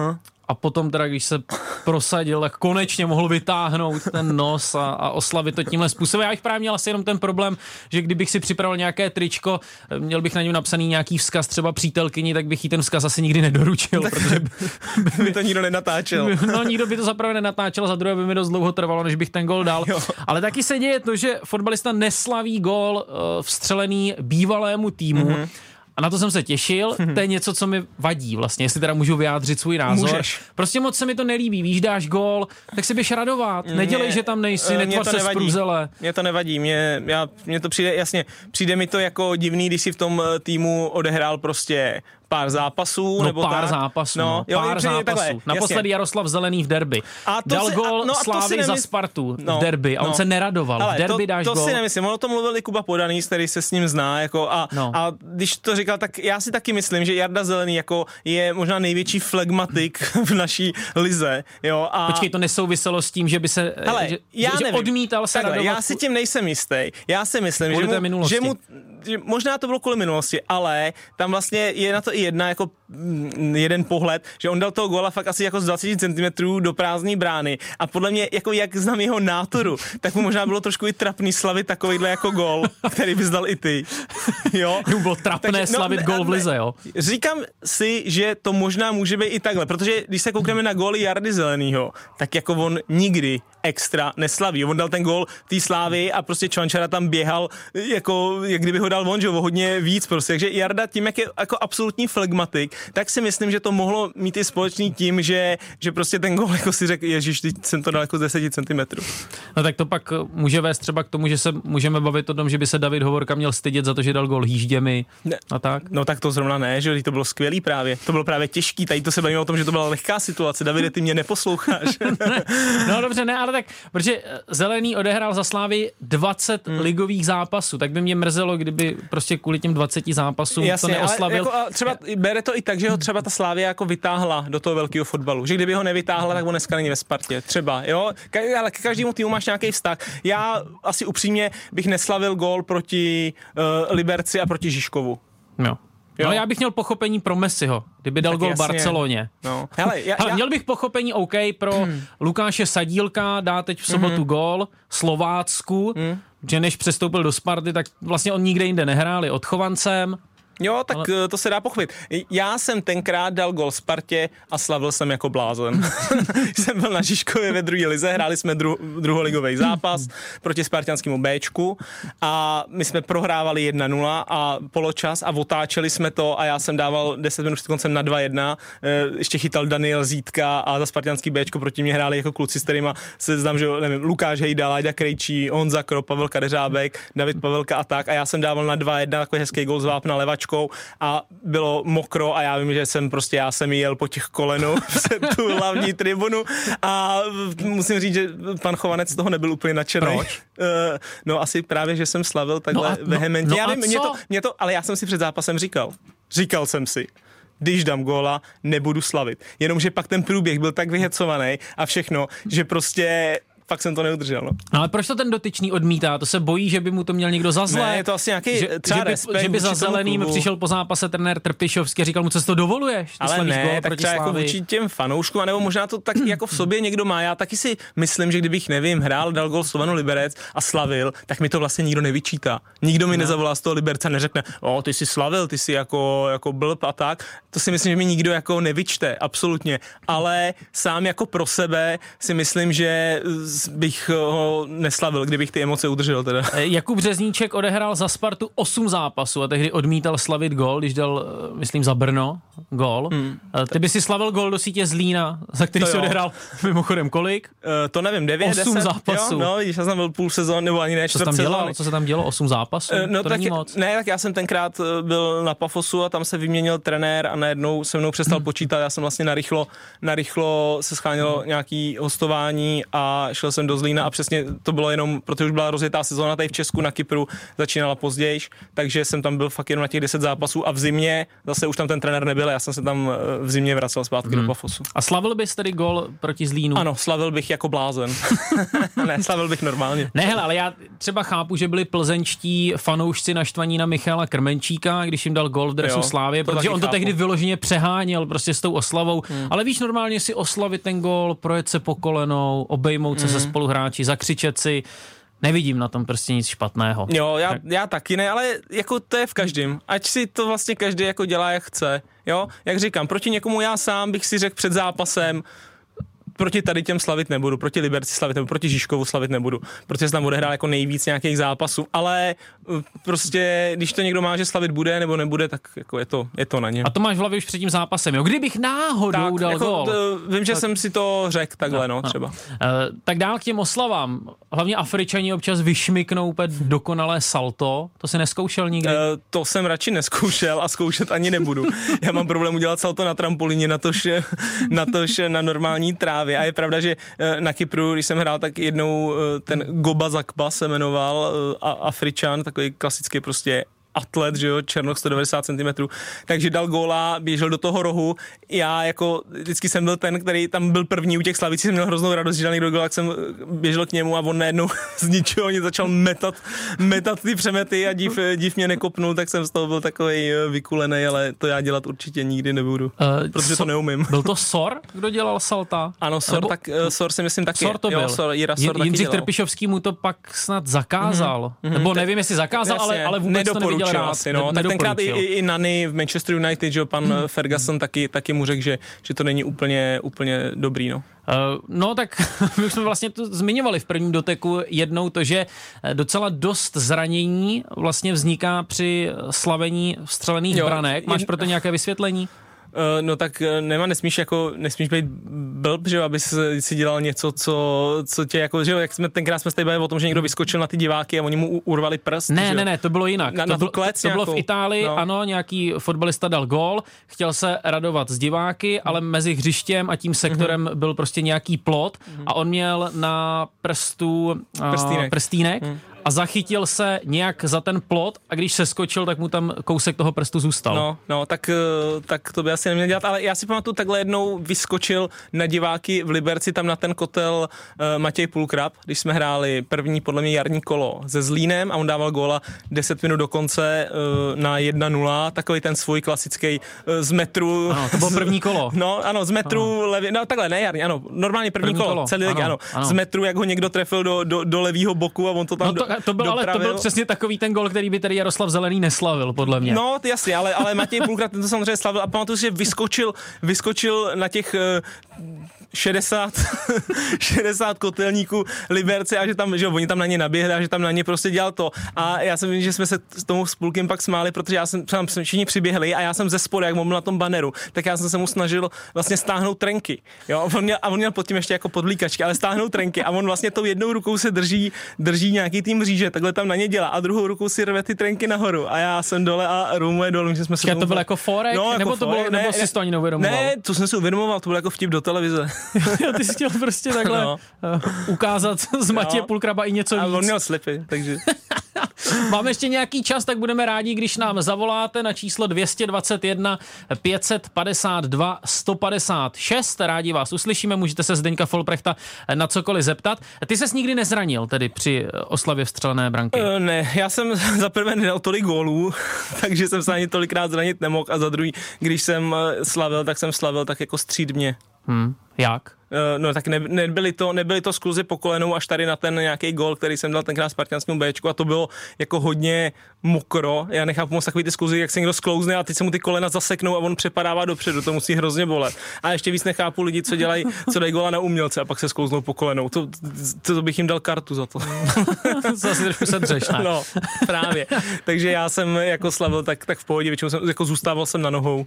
a potom teda, když se prosadil, tak konečně mohl vytáhnout ten nos a, a oslavit to tímhle způsobem. Já bych právě měl asi jenom ten problém, že kdybych si připravil nějaké tričko, měl bych na něm napsaný nějaký vzkaz třeba přítelkyni, tak bych jí ten vzkaz asi nikdy nedoručil, protože by, by to nikdo nenatáčel. No, nikdo by to zaprvé nenatáčel, za druhé by mi dost dlouho trvalo, než bych ten gól dal. Jo. Ale taky se děje to, že fotbalista neslaví gól uh, vstřelený bývalému týmu. Mm-hmm. A na to jsem se těšil, mm-hmm. to je něco, co mi vadí vlastně, jestli teda můžu vyjádřit svůj názor. Můžeš. Prostě moc se mi to nelíbí, víš, dáš gól, tak si běž radovat, nedělej, že tam nejsi, netvoř se z průzele. Mně to nevadí, mně, já, mně to přijde, jasně, přijde mi to jako divný, když si v tom týmu odehrál prostě pár zápasů, no, nebo pár tak. zápasů, no, no, jo, pár zápasů. Takhle, Naposledy Jaroslav Zelený v derby. A to Dal si, gól no, Slávy nemysl... za Spartu no, v derby a on no. se neradoval. Ale v derby to, dáš to gól. To si nemyslím, ono to mluvil i Kuba Podaný, který se s ním zná, jako a, no. a když to říkal, tak já si taky myslím, že Jarda Zelený jako je možná největší flegmatik v naší lize, jo. A... Počkej, to nesouviselo s tím, že by se Hele, že, já že nevím. odmítal se Takhle, radovat. Já si tím nejsem jistý. Já si myslím, že mu, že mu že možná to bylo kvůli minulosti, ale tam vlastně je na to i jedna jako jeden pohled, že on dal toho góla fakt asi jako z dvacet centimetrů do prázdné brány a podle mě, jako jak znám jeho náturu, tak mu možná bylo trošku i trapný slavit takovýhle jako gól, který bys dal i ty. Jo? No, bylo trapné Takže, slavit no, gól v lize, jo? Říkám si, že to možná může být i takhle, protože když se koukneme na góly Jardy Zelenýho, tak jako on nikdy extra neslaví. On dal ten gól té Slávy a prostě Čvančara tam běhal, jako, jak kdyby ho dal on, že hodně víc prostě. Takže Jarda tím, jak je jako absolutní flegmatik, tak si myslím, že to mohlo mít i společný tím, že, že prostě ten gól jako si řekl, ježiš, teď jsem to dal jako z deset centimetrů. No tak to pak může vést třeba k tomu, že se můžeme bavit o tom, že by se David Hovorka měl stydět za to, že dal gól hýžděmi ne. a tak. No tak to zrovna ne, že to bylo skvělý právě. To bylo právě těžký, tady to se bavíme o tom, že to byla lehká situace. Davide, ty mě neposloucháš. No dobře, ne, ale tak, protože Zelený odehrál za Slávy dvacet hmm. ligových zápasů, tak by mě mrzelo, kdyby prostě kvůli těm dvaceti zápasům Jasně, to neoslavil. Ale jako, třeba bere to i tak, že ho třeba ta Slávia jako vytáhla do toho velkého fotbalu. Že kdyby ho nevytáhla, tak on dneska není ve Spartě. Třeba, jo? Ka- ale k každému týmu máš nějaký vztah. Já asi upřímně bych neslavil gól proti uh, Liberci a proti Žižkovu. Jo. Jo. No já bych měl pochopení pro Messiho, kdyby dal gól Barceloně. No. Hele, já, Hele, já... měl bych pochopení OK pro hmm. Lukáše Sadílka, dá teď v sobotu hmm. gól Slovácku, hmm. že než přestoupil do Sparty, tak vlastně on nikde jinde nehrál, je odchovancem. Jo, tak ale... to se dá pochopit. Já jsem tenkrát dal gol Spartě a slavil jsem jako blázen. Jsem byl na Žižkově ve druhé lize, hráli jsme dru, druholigový zápas proti spartianskému Bčku a my jsme prohrávali jedna nula a poločas a otáčeli jsme to a já jsem dával deset minut před koncem na dva jedna. Ještě chytal Daniel Zítka a za spartianský Bčko proti mě hráli jako kluci, s kterýma se znám, že nevím, Lukáš Hejda, Láďa Krejčí, Honza Krop, Pavel Kadeřábek, David Pavelka a tak a já jsem dával na dva jedna takový hezký gol z vápna levačkou a bylo mokro a já vím, že jsem prostě, já jsem jel po těch kolenou před tu hlavní tribunu a musím říct, že pan Chovanec z toho nebyl úplně nadšený. Proč? Uh, no asi právě, že jsem slavil takhle no a, vehementně. No, já no vím, mě to, mě to, ale já jsem si před zápasem říkal, říkal jsem si, když dám góla, nebudu slavit. Jenomže pak ten průběh byl tak vyhecovaný a všechno, že prostě fakt jsem to neudržel. No. No ale proč to ten dotyčný odmítá? To se bojí, že by mu to měl někdo za zlé. Ne, je to asi nějaký že, třeba že by, respekt, že by za Zeleným přišel po zápase trenér Trpišovský a říkal mu, co si to dovoluješ? Ty ale ne, gól tak třeba jako vůči těm fanouškům, anebo možná to tak jako v sobě někdo má. Já taky si myslím, že kdybych, nevím, hrál, dal gól Slovanu Liberec a slavil, tak mi to vlastně nikdo nevyčítá. Nikdo mi no. nezavolá z toho Liberce a neřekne, o, ty jsi slavil, ty jsi jako, jako blb a tak. To si myslím, že mi nikdo jako nevyčte, absolutně. Ale sám jako pro sebe si myslím, že bych ho neslavil, kdybych ty emoce udržel teda. Jakub Řezníček odehrál za Spartu osm zápasů a tehdy odmítal slavit gól, když dal, myslím, za Brno gól. Hmm. Ty by si slavil gól do sítě Zlína, za který si odehrál mimochodem kolik? Uh, to nevím, devět, osm deset, zápasů. Jo? No, když já jsem byl půl sezóny, nebo ani ne, co tam dělal? Co se tam dělo? osm zápasů? Uh, no, to tak není moc. Ne, tak já jsem tenkrát byl na Pafosu a tam se vyměnil trenér a najednou se mnou přestal hmm. počítat. Já jsem vlastně narychlo, narychlo se schánělo hmm. nějaký hostování a šel, jsem do Zlína a přesně to bylo jenom, protože už byla rozjetá sezóna tady v Česku, na Kypru začínala později, takže jsem tam byl fakt jenom na těch deset zápasů a v zimě zase už tam ten trenér nebyl, já jsem se tam v zimě vracel zpátky hmm. do Pafosu. A slavil bys tedy gol proti Zlínu? Ano, slavil bych jako blázen. Ne, slavil bych normálně. Ne, hele, ale já třeba chápu, že byli plzeňští fanoušci naštvaní na Michala Krmenčíka, když jim dal gol v dresu Slávie, protože on to chápu. tehdy vyloženě přeháněl prostě s tou oslavou. Hmm. Ale víš, normálně si oslavit ten gol, projet se po kolenou, obejmout se hmm. se spoluhráči, zakřičet si. Nevidím na tom prostě nic špatného. Jo, já, já taky ne, ale jako to je v každém. Ať si to vlastně každý jako dělá, jak chce. Jo, jak říkám, proti někomu já sám bych si řekl před zápasem, proti tady těm slavit nebudu, proti Liberci slavit nebudu, proti Žižkovu slavit nebudu, protože se tam odehrál jako nejvíc nějakých zápasů, ale prostě, když to někdo má, že slavit bude nebo nebude, tak jako je to, je to na ně. A to máš v hlavě už před tím zápasem, jo? Kdybych náhodou tak, dal jako, gól. To, vím, že tak... jsem si to řekl takhle, no, no, no třeba. Uh, tak dál k těm oslavám. Hlavně Afričani občas vyšmyknou úplně dokonalé salto. To si neskoušel nikdy? Uh, to jsem radši neskoušel a zkoušet ani nebudu. Já mám problém udělat salto na trampolíně, natož, natož na normální trávě. A je pravda, že na Kypru, když jsem hrál, tak jednou ten Goba Zakba se jmenoval, Afričan, takový klasický prostě atlet, že jo, černoch sto devadesát centimetrů, takže dal góla, běžel do toho rohu. Já jako vždycky jsem byl ten, který tam byl první u těch slavící, jsem měl hroznou radost, že dal někdo góla, tak jsem běžel k němu a on najednou z ničeho nic začal metat, metat ty přemety a div, div mě nekopnul, tak jsem z toho byl takovej vykulený, ale to já dělat určitě nikdy nebudu, uh, protože so, to neumím. Byl to Sor, kdo dělal salta? Ano, Sor, Nebo, tak, uh, Sor si myslím taky. Sor to byl. Jo, Sor, Jira Sor J- Jindřich Trpišovský mu to pak snad zakázal. Mm-hmm. Nebo nevím, jestli zakázal, ale, ale vůbec to neviděl rád. Asi, no. Tak tenkrát i, i Nany v Manchester United, že pan hmm. Ferguson taky, taky mu řekl, že, že to není úplně, úplně dobrý, no. Uh, no tak my už jsme vlastně to zmiňovali v prvním doteku jednou to, že docela dost zranění vlastně vzniká při slavení vstřelených jo, branek. Máš pro to nějaké vysvětlení? Uh, no tak nemá, nesmíš jako, nesmíš být blb, že jo, aby si dělal něco, co, co tě jako, že jo, jak jsme tenkrát jsme se tady bavili o tom, že někdo vyskočil na ty diváky a oni mu urvali prst. Ne, že ne, ne, to bylo jinak. Na, to, na bylo, klec to bylo v Itálii, no. Ano, nějaký fotbalista dal gól, chtěl se radovat z diváky, ale mezi hřištěm a tím sektorem mm-hmm. byl prostě nějaký plot mm-hmm. a on měl na prstu prstínek, uh, prstínek mm. a zachytil se nějak za ten plot a když se skočil, tak mu tam kousek toho prstu zůstal. No, no, tak, tak to by asi neměl dělat, ale já si pamatuju, takhle jednou vyskočil na diváky v Liberci, tam na ten kotel uh, Matěj Pulkrab, když jsme hráli první podle mě jarní kolo se Zlínem a on dával góla deset minut do konce uh, na jedna nula, takový ten svůj klasický uh, z metru. Ano, to bylo první kolo. No, ano, z metru levě, no takhle, ne jarní, ano, normálně první, první kolo, kolo, celý ligy, ano, ano, ano, z metru, jak ho někdo trefil do, do, do levýho boku a on to tam no to, to byl, ale to byl přesně takový ten gol, který by tady Jaroslav Zelený neslavil, podle mě. No, jasně, ale, ale Matěj Pulkrab ten to samozřejmě slavil a pamatuju si, že vyskočil, vyskočil na těch uh, šedesát, šedesát kotelníků Liberce a že tam, že oni tam na ně naběhli a že tam na ně prostě dělal to. A já jsem že jsme se s tomu spolkem pak smáli, protože já jsem tam všichni přiběhli a já jsem ze spodu, jak on byl na tom banneru, tak já jsem se mu snažil vlastně stáhnout trenky. Jo, on měl, a on měl pod tím ještě jako podlíkačky, ale stáhnout trenky a on vlastně tou jednou rukou se drží, drží nějaký tým mříže, takhle tam na ně dělá a druhou rukou si rve ty trenky nahoru a já jsem dole a Rům je dolů, že jsme se tomu... to bylo jako forek, no, nebo jako to bylo, nebo si to ani neuvědomoval? Ne, to jsem si uvědomoval, to bylo jako vtip do televize. Ty jsi chtěl prostě takhle no. uh, ukázat z Matěje no. Pulkraba i něco víc. A on měl slipy, takže... Máme ještě nějaký čas, tak budeme rádi, když nám zavoláte na číslo dvě stě dvacet jedna pět set padesát dva sto padesát šest. Rádi vás uslyšíme, můžete se Zdeňka Folprechta na cokoliv zeptat. Ty ses nikdy nezranil tedy při oslavě vstřelené branky? Uh, ne, já jsem za prvé nedal tolik gólů, takže jsem se ani tolikrát zranit nemohl a za druhý, když jsem slavil, tak jsem slavil tak jako střídmě. Hmm, jak? No tak ne, nebyly to, nebyly to skluzy po kolenou až tady na ten nějaký gól, který jsem dal tenkrát spartanskému Bčku a to bylo jako hodně mokro. Já nechápu moc takový ty skluzy, jak se někdo sklouzne a teď se mu ty kolena zaseknou a on přepadává dopředu, to musí hrozně bolet. A ještě víc nechápu lidi, co dělají, co dají góla na umělce a pak se sklouznou po kolenou. To, to, to bych jim dal kartu za to. Zase trošku se dřeš, ne? No, právě. Takže já jsem jako slavil tak, tak v pohodě, většinou jsem, jako zůstával jsem na nohou.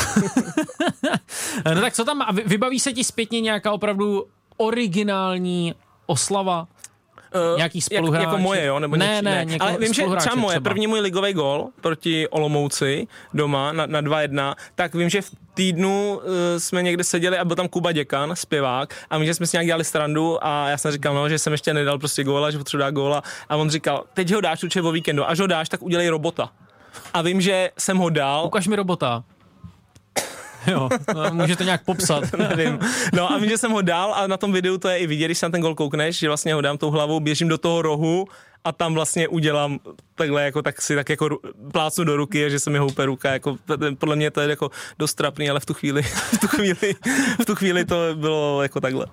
No tak co tam, vybaví se ti zpětně nějaká opravdu originální oslava? Uh, Nějaký spoluhráči? Jak, jako moje, jo? Nebo ne, něč, ne, ne. Ale vím, že třeba moje, třeba. první můj ligový gól proti Olomouci doma na, na dva jedna, tak vím, že v týdnu uh, jsme někde seděli a byl tam Kuba Děkan, zpěvák, a my, že jsme si nějak dělali srandu a já jsem říkal, no, že jsem ještě nedal prostě góla, že potřebuji dát góla, a on říkal, teď ho dáš určitě o víkendu, až ho dáš, tak udělej robota. A vím, že jsem ho dal. Ukaž mi robota. Jo, no, můžete nějak popsat. Nevím. No a vím, že jsem ho dal a na tom videu to je i vidět, když se na ten gol koukneš, že vlastně ho dám tou hlavou, běžím do toho rohu a tam vlastně udělám takhle, jako tak si tak jako plácnu do ruky, že se mi houpe ruka, jako podle mě to je jako dost trapný, ale v tu chvíli, v tu chvíli, v tu chvíli to bylo jako takhle.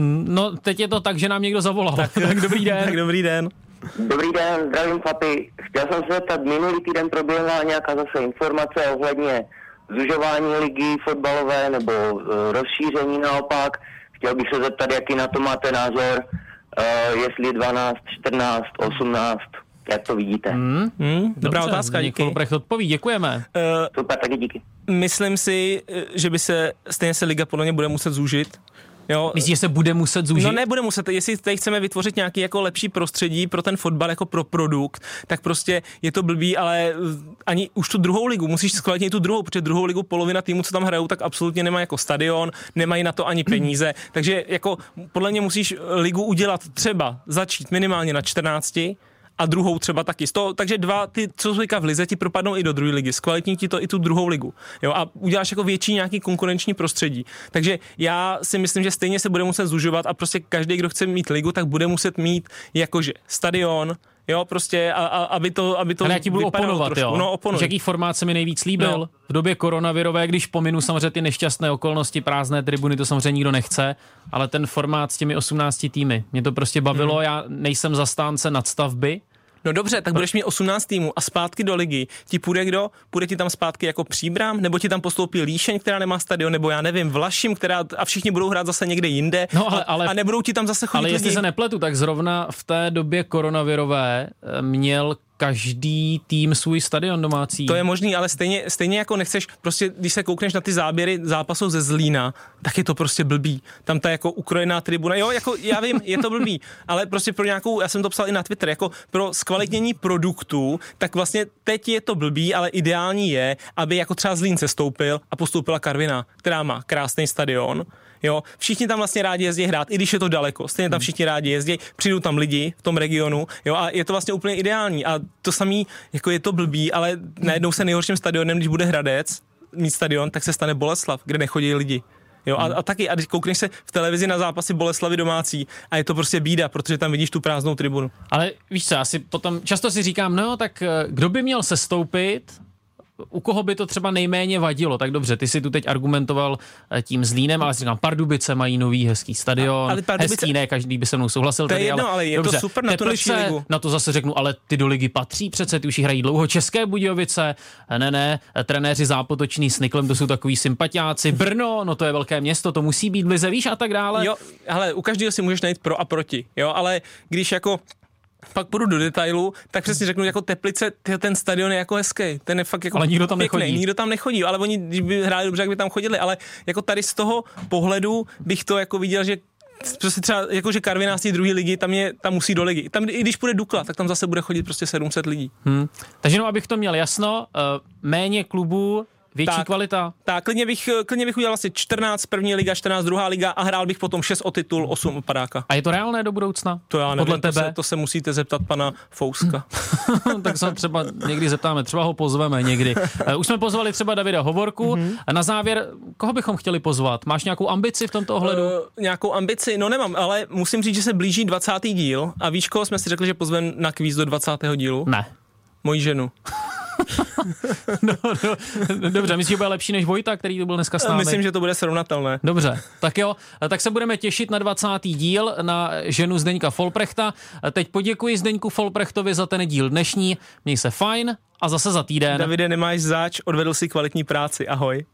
No teď je to tak, že nám někdo zavolal. Tak, tak dobrý den. Tak dobrý den. Dobrý den, zdravím chlapi. Chtěl jsem se zeptat, minulý týden proběhla nějaká zase informace ohledně zužování ligy fotbalové nebo uh, rozšíření naopak. Chtěl bych se zeptat, jaký na to máte názor, uh, jestli dvanáct, čtrnáct, osmnáct, jak to vidíte. Hmm, hmm, dobrá Dobře, otázka, díky. Folprecht odpoví, děkujeme. Uh, Super, taky díky. Myslím si, že by se, stejně se liga podle mě bude muset zúžit. Jo. Myslíš, že se bude muset zúžit? No nebude muset, jestli tady chceme vytvořit nějaký jako lepší prostředí pro ten fotbal jako pro produkt, tak prostě je to blbý, ale ani už tu druhou ligu, musíš zkvalitnit tu druhou, protože druhou ligu polovina týmu, co tam hrajou, tak absolutně nemá jako stadion, nemají na to ani peníze, takže jako podle mě musíš ligu udělat třeba, začít minimálně na čtrnácti, a druhou třeba taky. Z toho, takže dva, ty, co říká v lize, ti propadnou i do druhé ligy. Zkvalitní ti to i tu druhou ligu. Jo, a uděláš jako větší nějaký konkurenční prostředí. Takže já si myslím, že stejně se bude muset zužovat a prostě každý, kdo chce mít ligu, tak bude muset mít jakože stadion, jo, prostě, a, a, aby to, aby to ale já ti budu oponovat, trošku. jo. No, oponuj. Jaký formát se mi nejvíc líbil? No. V době koronavirové, když pominu samozřejmě ty nešťastné okolnosti, prázdné tribuny, to samozřejmě nikdo nechce, ale ten formát s těmi osmnácti týmy, mě to prostě bavilo, hmm. já nejsem zastánce nadstavby. No dobře, tak budeš mít osmnáct týmů a zpátky do ligy. Ti půjde kdo? Půjde ti tam zpátky jako Příbram, nebo ti tam postoupí Líšeň, která nemá stadion, nebo já nevím, Vlašim, která a všichni budou hrát zase někde jinde. No, ale, ale, a, a nebudou ti tam zase chodit ale lidi. jestli se nepletu, tak zrovna v té době koronavirové měl každý tým svůj stadion domácí. To je možný, ale stejně, stejně jako nechceš, prostě když se koukneš na ty záběry zápasů ze Zlína, tak je to prostě blbý. Tam ta jako ukrojená tribuna, jo, jako já vím, je to blbý, ale prostě pro nějakou, já jsem to psal i na Twitter, jako pro zkvalitnění produktů, tak vlastně teď je to blbý, ale ideální je, aby jako třeba Zlín se stoupil a postoupila Karviná, která má krásný stadion. Jo, všichni tam vlastně rádi jezdí hrát, i když je to daleko, stejně tam všichni rádi jezdí, přijdou tam lidi v tom regionu, jo, a je to vlastně úplně ideální. A to samý, jako je to blbý, ale najednou se nejhorším stadionem, když bude Hradec mít stadion, tak se stane Boleslav, kde nechodí lidi. Jo, a, a taky, a když koukneš se v televizi na zápasy Boleslavy domácí a je to prostě bída, protože tam vidíš tu prázdnou tribunu. Ale víš co, já si potom, často si říkám, no tak kdo by měl sestoupit, u koho by to třeba nejméně vadilo, tak dobře, ty si tu teď argumentoval tím Zlínem, ale si říkám, Pardubice mají nový hezký stadion, a, Pardubice... hezký, ne, každý by se mnou souhlasil. To je tady, jedno, ale, ale je dobře, to super na tu naši ligu. Na to zase řeknu, ale ty do ligy patří přece, ty už ji hrají dlouho. České Budějovice, ne, ne, trenéři Zápotočný s Niklem, to jsou takový sympatiáci. Brno, no to je velké město, to musí být v lize, víš, a tak dále. Jo, ale u každého si můžeš najít pro a proti, jo, ale když jako pak půjdu do detailu, tak přesně řeknu, jako Teplice, ten stadion je jako hezký, ten je fakt jako ale nikdo tam pěkný, nechodí. Nikdo tam nechodí, ale oni, když by hráli dobře, jak by tam chodili, ale jako tady z toho pohledu bych to jako viděl, že prostě třeba jako, že Karviná z té druhé ligy, tam, je, tam musí do ligy. Tam, i když půjde Dukla, tak tam zase bude chodit prostě sedm set lidí. Hmm. Takže no, abych to měl jasno, uh, méně klubů, větší tak, kvalita. Tak, klidně bych, klidně bych udělal vlastně čtrnáct první liga, čtrnáct druhá liga a hrál bych potom šest o titul, osm o padáka. A je to reálné do budoucna? To já nevím, podle tebe? To se, to se musíte zeptat pana Fouska. Tak se třeba někdy zeptáme, třeba ho pozveme někdy. Uh, už jsme pozvali třeba Davida Hovorku. Mm-hmm. Na závěr, koho bychom chtěli pozvat? Máš nějakou ambici v tomto ohledu? Uh, nějakou ambici? No nemám, ale musím říct, že se blíží dvacátý díl a víš, koho jsme si řekli, že pozveme na kvíz do dvacátého dílu? Ne. Moji ženu. no, no, dobře, myslím, že bude lepší než Vojta, který tu byl dneska s námi. Myslím, že to bude srovnatelné. Dobře, tak jo, tak se budeme těšit na dvacátý díl, na ženu Zdeňka Folprechta. Teď poděkuji Zdeňku Folprechtovi za ten díl dnešní, měj se fajn a zase za týden. Davide, nemáš zač, odvedl si kvalitní práci, ahoj.